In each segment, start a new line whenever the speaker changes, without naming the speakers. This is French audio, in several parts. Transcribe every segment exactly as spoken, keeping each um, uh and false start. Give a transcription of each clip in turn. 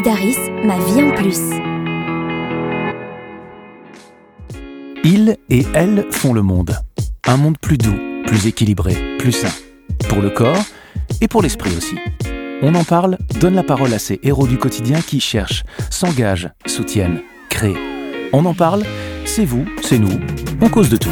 Solidaris, ma vie en plus.
Ils et elles font le monde. Un monde plus doux, plus équilibré, plus sain. Pour le corps et pour l'esprit aussi. On en parle, donne la parole à ces héros du quotidien qui cherchent, s'engagent, soutiennent, créent. On en parle, c'est vous, c'est nous, on cause de tout.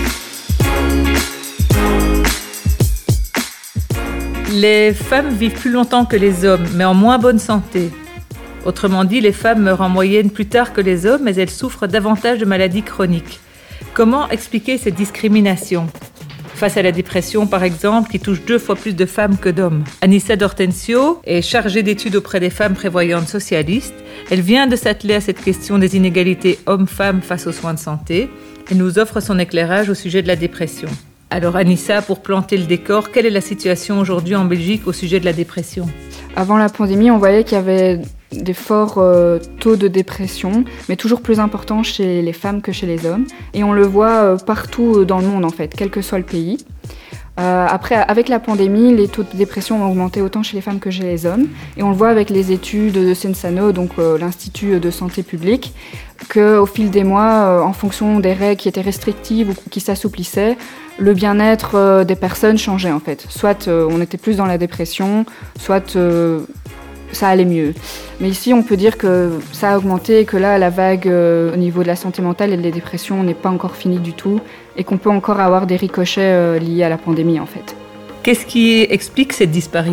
Les femmes vivent plus longtemps que les hommes, mais en moins bonne santé. Autrement dit, les femmes meurent en moyenne plus tard que les hommes, mais elles souffrent davantage de maladies chroniques. Comment expliquer cette discrimination ? Face à la dépression, par exemple, qui touche deux fois plus de femmes que d'hommes. Anissa D'Ortensio est chargée d'études auprès des femmes prévoyantes socialistes. Elle vient de s'atteler à cette question des inégalités hommes-femmes face aux soins de santé. Elle nous offre son éclairage au sujet de la dépression. Alors Anissa, pour planter le décor, quelle est la situation aujourd'hui en Belgique au sujet de la dépression ?
Avant la pandémie, on voyait qu'il y avait des forts euh, taux de dépression, mais toujours plus importants chez les femmes que chez les hommes. Et on le voit euh, partout dans le monde, en fait, quel que soit le pays. Euh, après, avec la pandémie, les taux de dépression ont augmenté autant chez les femmes que chez les hommes. Et on le voit avec les études de Censano, donc euh, l'Institut de santé publique, qu'au fil des mois, euh, en fonction des règles qui étaient restrictives ou qui s'assouplissaient, le bien-être euh, des personnes changeait en fait. Soit euh, on était plus dans la dépression, soit euh, ça allait mieux. Mais ici, on peut dire que ça a augmenté et que là, la vague euh, au niveau de la santé mentale et des dépressions n'est pas encore finie du tout et qu'on peut encore avoir des ricochets euh, liés à la pandémie en fait.
Qu'est-ce qui explique cette disparité ?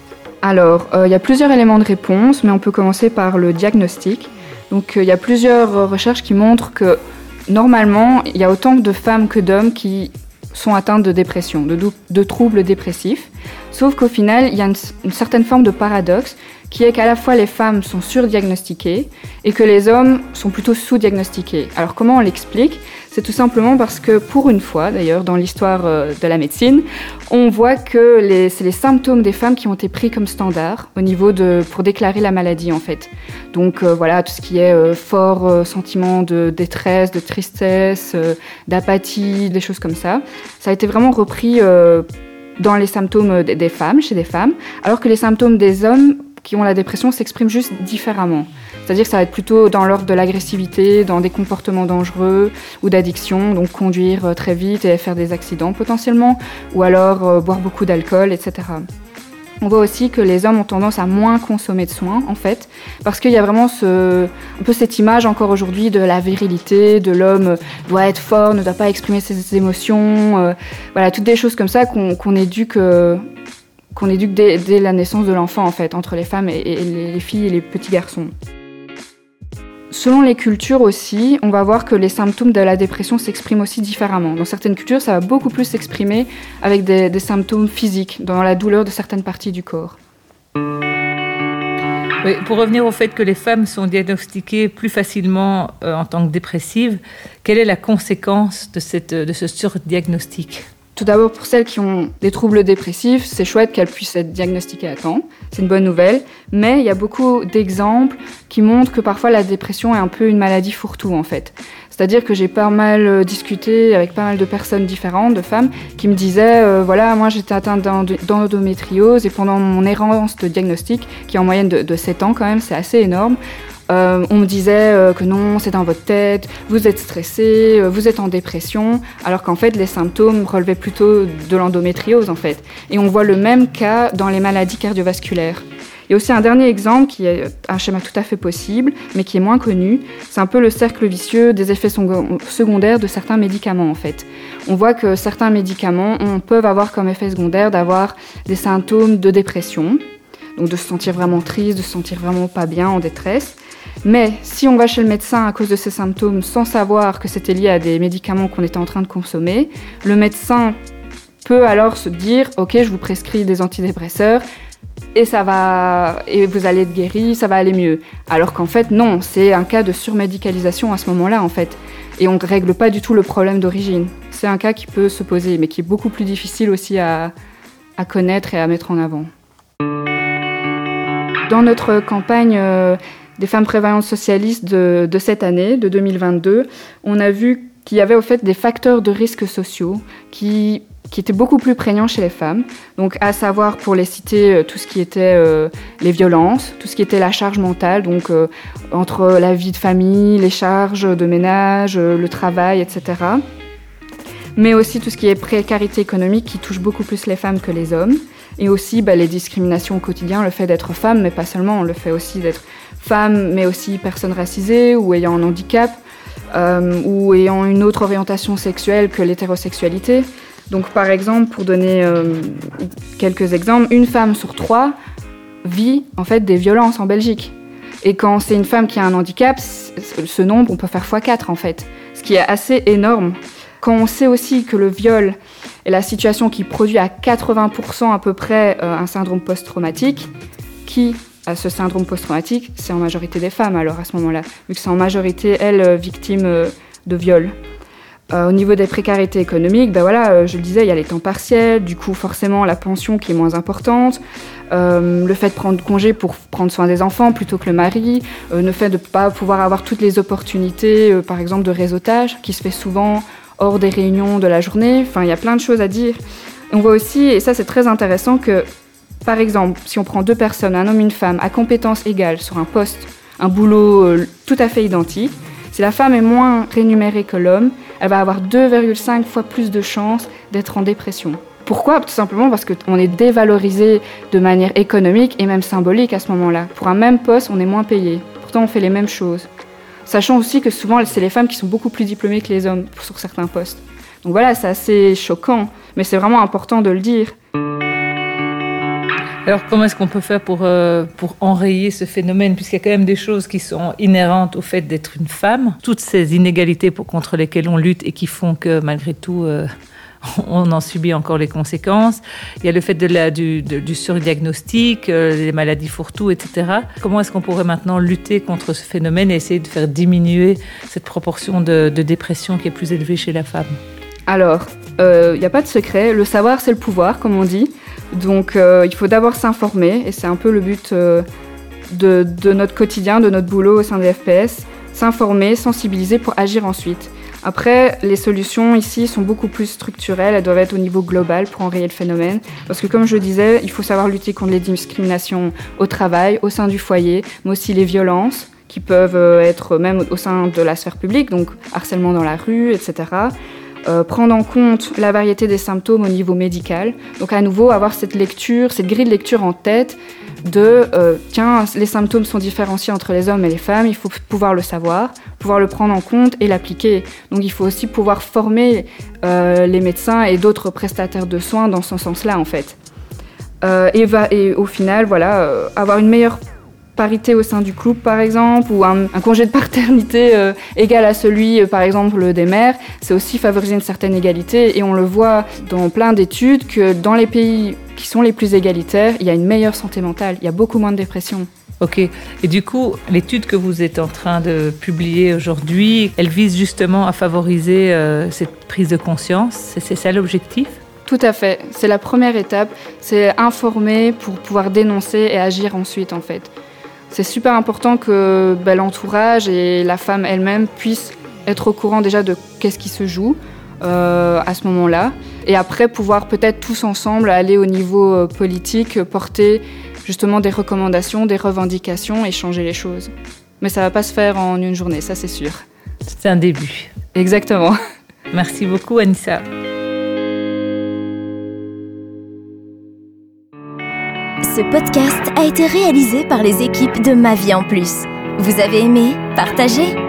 Alors, il euh, y a plusieurs éléments de réponse, mais on peut commencer par le diagnostic. Donc, il euh, y a plusieurs euh, recherches qui montrent que normalement, il y a autant de femmes que d'hommes qui sont atteintes de dépression, de, dou- de troubles dépressifs. Sauf qu'au final, il y a une, une certaine forme de paradoxe qui est qu'à la fois les femmes sont surdiagnostiquées et que les hommes sont plutôt sous-diagnostiqués. Alors comment on l'explique ? C'est tout simplement parce que pour une fois, d'ailleurs, dans l'histoire euh, de la médecine, on voit que les, c'est les symptômes des femmes qui ont été pris comme standard au niveau de, pour déclarer la maladie en fait. Donc euh, voilà, tout ce qui est euh, fort euh, sentiment de détresse, de tristesse, euh, d'apathie, des choses comme ça. Ça a été vraiment repris euh, dans les symptômes des, des femmes, chez des femmes, alors que les symptômes des hommes qui ont la dépression s'expriment juste différemment. C'est-à-dire que ça va être plutôt dans l'ordre de l'agressivité, dans des comportements dangereux ou d'addiction, donc conduire très vite et faire des accidents potentiellement, ou alors euh, boire beaucoup d'alcool, et cetera. On voit aussi que les hommes ont tendance à moins consommer de soins, en fait, parce qu'il y a vraiment ce, un peu cette image encore aujourd'hui de la virilité, de l'homme doit être fort, ne doit pas exprimer ses émotions, euh, voilà, toutes des choses comme ça qu'on, qu'on éduque... Euh, qu'on éduque dès, dès la naissance de l'enfant, en fait, entre les femmes et, et les filles et les petits garçons. Selon les cultures aussi, on va voir que les symptômes de la dépression s'expriment aussi différemment. Dans certaines cultures, ça va beaucoup plus s'exprimer avec des, des symptômes physiques, dans la douleur de certaines parties du corps.
Oui, pour revenir au fait que les femmes sont diagnostiquées plus facilement euh, en tant que dépressives, quelle est la conséquence de, cette, de ce surdiagnostic ?
Tout d'abord, pour celles qui ont des troubles dépressifs, c'est chouette qu'elles puissent être diagnostiquées à temps. C'est une bonne nouvelle. Mais il y a beaucoup d'exemples qui montrent que parfois la dépression est un peu une maladie fourre-tout, en fait. C'est-à-dire que j'ai pas mal discuté avec pas mal de personnes différentes, de femmes, qui me disaient euh, voilà, moi j'étais atteinte d'endométriose et pendant mon errance de diagnostic, qui est en moyenne de, de sept ans quand même, c'est assez énorme, Euh, on me disait euh, que non, c'est dans votre tête, vous êtes stressé, euh, vous êtes en dépression, alors qu'en fait, les symptômes relevaient plutôt de l'endométriose, en fait. Et on voit le même cas dans les maladies cardiovasculaires. Il y a aussi un dernier exemple qui est un schéma tout à fait possible, mais qui est moins connu. C'est un peu le cercle vicieux des effets secondaires de certains médicaments, en fait. On voit que certains médicaments on, peuvent avoir comme effet secondaire d'avoir des symptômes de dépression, donc de se sentir vraiment triste, de se sentir vraiment pas bien, en détresse. Mais si on va chez le médecin à cause de ces symptômes sans savoir que c'était lié à des médicaments qu'on était en train de consommer, le médecin peut alors se dire « Ok, je vous prescris des antidépresseurs et, ça va, et vous allez être guéri, ça va aller mieux. » Alors qu'en fait, non, c'est un cas de surmédicalisation à ce moment-là, en fait. Et on ne règle pas du tout le problème d'origine. C'est un cas qui peut se poser, mais qui est beaucoup plus difficile aussi à, à connaître et à mettre en avant. Dans notre campagne euh, des femmes prévoyantes socialistes de, de cette année, de deux mille vingt-deux, on a vu qu'il y avait au fait des facteurs de risques sociaux qui qui étaient beaucoup plus prégnants chez les femmes. Donc, à savoir, pour les citer, tout ce qui était euh, les violences, tout ce qui était la charge mentale, donc euh, entre la vie de famille, les charges de ménage, euh, le travail, et cetera. Mais aussi tout ce qui est précarité économique qui touche beaucoup plus les femmes que les hommes. Et aussi bah, les discriminations au quotidien, le fait d'être femme, mais pas seulement, le fait aussi d'être femme, mais aussi personne racisée ou ayant un handicap, euh, ou ayant une autre orientation sexuelle que l'hétérosexualité. Donc par exemple, pour donner euh, quelques exemples, une femme sur trois vit en fait des violences en Belgique. Et quand c'est une femme qui a un handicap, ce nombre, on peut faire fois quatre en fait, ce qui est assez énorme. Quand on sait aussi que le viol est la situation qui produit à quatre-vingts pour cent à peu près euh, un syndrome post-traumatique, qui a ce syndrome post-traumatique, c'est en majorité des femmes alors à ce moment-là, vu que c'est en majorité elles victimes euh, de viol. Euh, au niveau des précarités économiques, ben voilà, euh, je le disais, il y a les temps partiels, du coup forcément la pension qui est moins importante, euh, le fait de prendre congé pour prendre soin des enfants plutôt que le mari, euh, le fait de ne pas pouvoir avoir toutes les opportunités, euh, par exemple de réseautage, qui se fait souvent hors des réunions de la journée. Enfin, il y a plein de choses à dire. On voit aussi, et ça c'est très intéressant, que par exemple, si on prend deux personnes, un homme et une femme, à compétences égales sur un poste, un boulot euh, tout à fait identique, si la femme est moins rémunérée que l'homme, elle va avoir deux virgule cinq fois plus de chances d'être en dépression. Pourquoi ? Tout simplement parce qu'on est dévalorisé de manière économique et même symbolique à ce moment-là. Pour un même poste, on est moins payé. Pourtant, on fait les mêmes choses. Sachant aussi que souvent, c'est les femmes qui sont beaucoup plus diplômées que les hommes sur certains postes. Donc voilà, c'est assez choquant, mais c'est vraiment important de le dire.
Alors, comment est-ce qu'on peut faire pour, euh, pour enrayer ce phénomène, puisqu'il y a quand même des choses qui sont inhérentes au fait d'être une femme, toutes ces inégalités pour, contre lesquelles on lutte et qui font que, malgré tout, euh, on en subit encore les conséquences. Il y a le fait de la, du, de, du surdiagnostic, euh, les maladies fourre-tout, et cetera. Comment est-ce qu'on pourrait maintenant lutter contre ce phénomène et essayer de faire diminuer cette proportion de, de dépression qui est plus élevée chez la femme ?
Alors, il euh, n'y a pas de secret. Le savoir, c'est le pouvoir, comme on dit. Donc, euh, il faut d'abord s'informer, et c'est un peu le but euh, de, de notre quotidien, de notre boulot au sein des F P S. S'informer, sensibiliser pour agir ensuite. Après, les solutions ici sont beaucoup plus structurelles, elles doivent être au niveau global pour enrayer le phénomène. Parce que comme je disais, il faut savoir lutter contre les discriminations au travail, au sein du foyer, mais aussi les violences qui peuvent être même au sein de la sphère publique, donc harcèlement dans la rue, et cetera. Euh, prendre en compte la variété des symptômes au niveau médical. Donc à nouveau, avoir cette lecture, cette grille de lecture en tête de euh, tiens, les symptômes sont différenciés entre les hommes et les femmes, il faut pouvoir le savoir, pouvoir le prendre en compte et l'appliquer. Donc il faut aussi pouvoir former euh, les médecins et d'autres prestataires de soins dans ce sens-là en fait. Euh, et, va, et au final, voilà, euh, avoir une meilleure parité au sein du couple par exemple, ou un, un congé de paternité euh, égal à celui euh, par exemple des mères, c'est aussi favoriser une certaine égalité et on le voit dans plein d'études que dans les pays qui sont les plus égalitaires, il y a une meilleure santé mentale, il y a beaucoup moins de dépression.
Ok, et du coup, l'étude que vous êtes en train de publier aujourd'hui, elle vise justement à favoriser euh, cette prise de conscience, c'est, c'est ça l'objectif ?
Tout à fait, c'est la première étape, c'est informer pour pouvoir dénoncer et agir ensuite en fait. C'est super important que ben, l'entourage et la femme elle-même puissent être au courant déjà de qu'est-ce qui se joue euh, à ce moment-là. Et après, pouvoir peut-être tous ensemble aller au niveau euh, politique, porter justement des recommandations, des revendications et changer les choses. Mais ça ne va pas se faire en une journée, ça c'est sûr.
C'est un début.
Exactement.
Merci beaucoup Anissa.
Ce podcast a été réalisé par les équipes de Ma Vie en Plus. Vous avez aimé? Partagez!